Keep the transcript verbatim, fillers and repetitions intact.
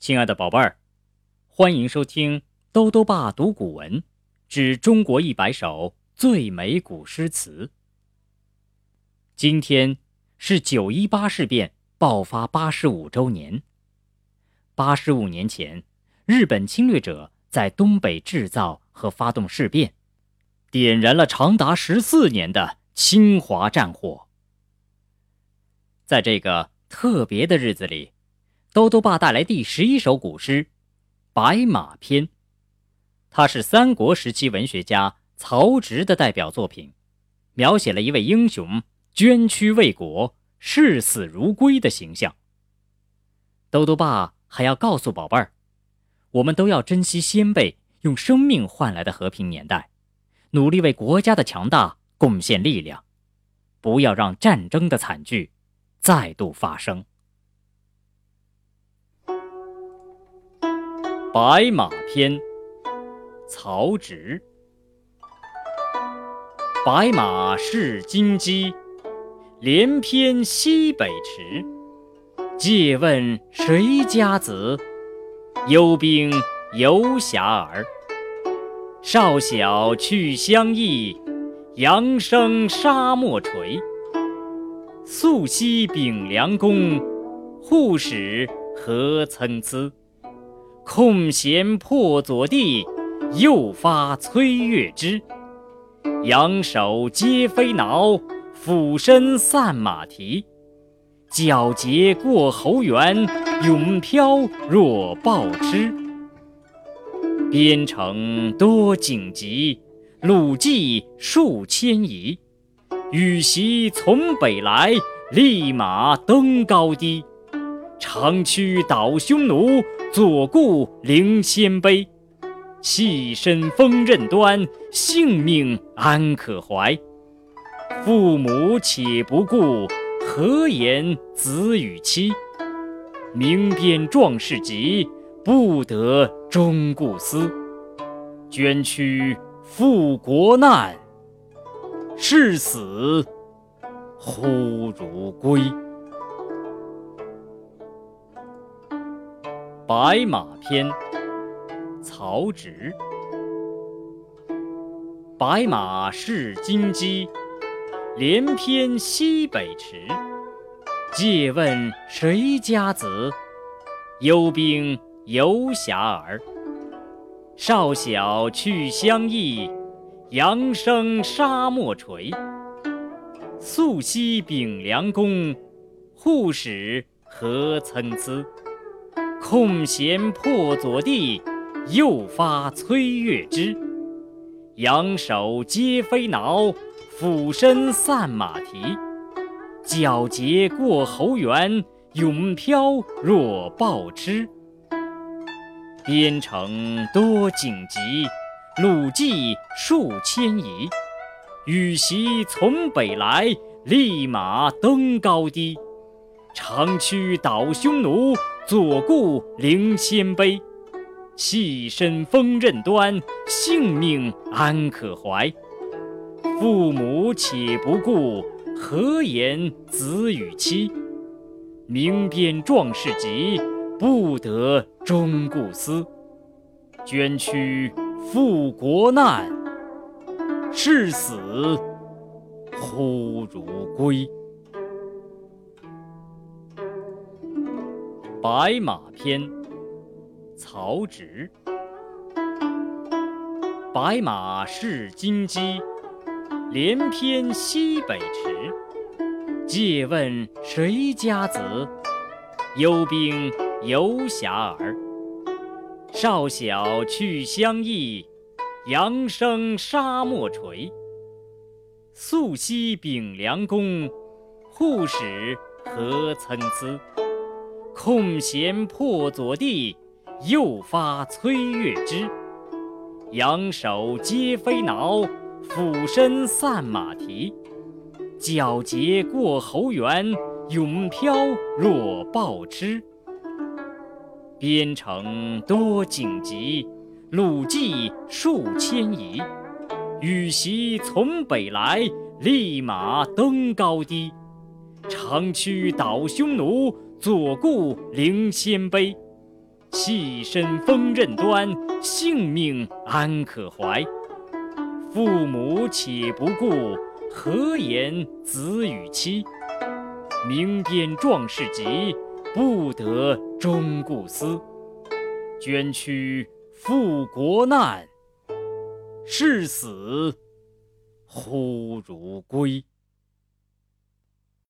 亲爱的宝贝儿，欢迎收听兜兜爸读古文之中国一百首最美古诗词。今天是九一八事变爆发八十五周年。八十五年前，日本侵略者在东北制造和发动事变，点燃了长达十四年的侵华战火。在这个特别的日子里，兜兜爸带来第十一首古诗《白马篇》，它是三国时期文学家曹植的代表作品，描写了一位英雄捐躯为国、视死如归的形象。兜兜爸还要告诉宝贝儿，我们都要珍惜先辈用生命换来的和平年代，努力为国家的强大贡献力量，不要让战争的惨剧再度发生。白马篇，曹植。白马是金鸡，连翩西北驰。借问谁家子？幽兵游侠儿。少小去乡役，杨生沙漠垂。宿溪秉良弓，护使何参差。空弦破左地，又发崔月枝。仰首皆飞挠，俯身散马蹄。皎洁过侯园，永飘若豹痴。边城多荆棘，鲁骑数千疑。羽檄从北来，立马登高低。长驱倒匈奴，左顾凌鲜卑。弃身锋刃端，性命安可怀？父母且不顾，何言子与妻？明鞭壮士急，不得终顾思。捐躯赴国难，视死忽如归。白马篇，曹植。白马是金鸡，连翩西北驰。借问谁家子？幽兵游侠儿。少小去乡役，杨生沙漠垂。宿溪秉良弓，护使何参差。空弦破左地，又发崔月枝。仰首皆飞挠，俯身散马蹄。皎洁过侯园，永飘若豹痴。边城多荆棘，鲁骑数千疑。羽檄从北来，立马登高低。长驱倒匈奴，左顾凌鲜卑。弃身锋刃端，性命安可怀？父母且不顾，何言子与妻？明鞭壮士急，不得终顾思。捐躯赴国难，视死忽如归。白马篇，曹植。白马是金鸡，连翩西北驰。借问谁家子？幽兵游侠儿。少小去乡役，杨生沙漠垂。宿溪秉良弓，护使何参差。空弦破左地，又发崔月枝。仰首皆飞挠，俯身散马蹄。皎洁过侯园，永飘若豹痴。边城多荆棘，鲁骑数千疑。羽檄从北来，立马登高低。长驱倒匈奴，左顾凌鲜卑。 弃身锋刃端，性命安可怀？父母且不顾，何言子与妻？明鞭壮士疾，不得终顾思。捐躯赴国难，视死忽如归。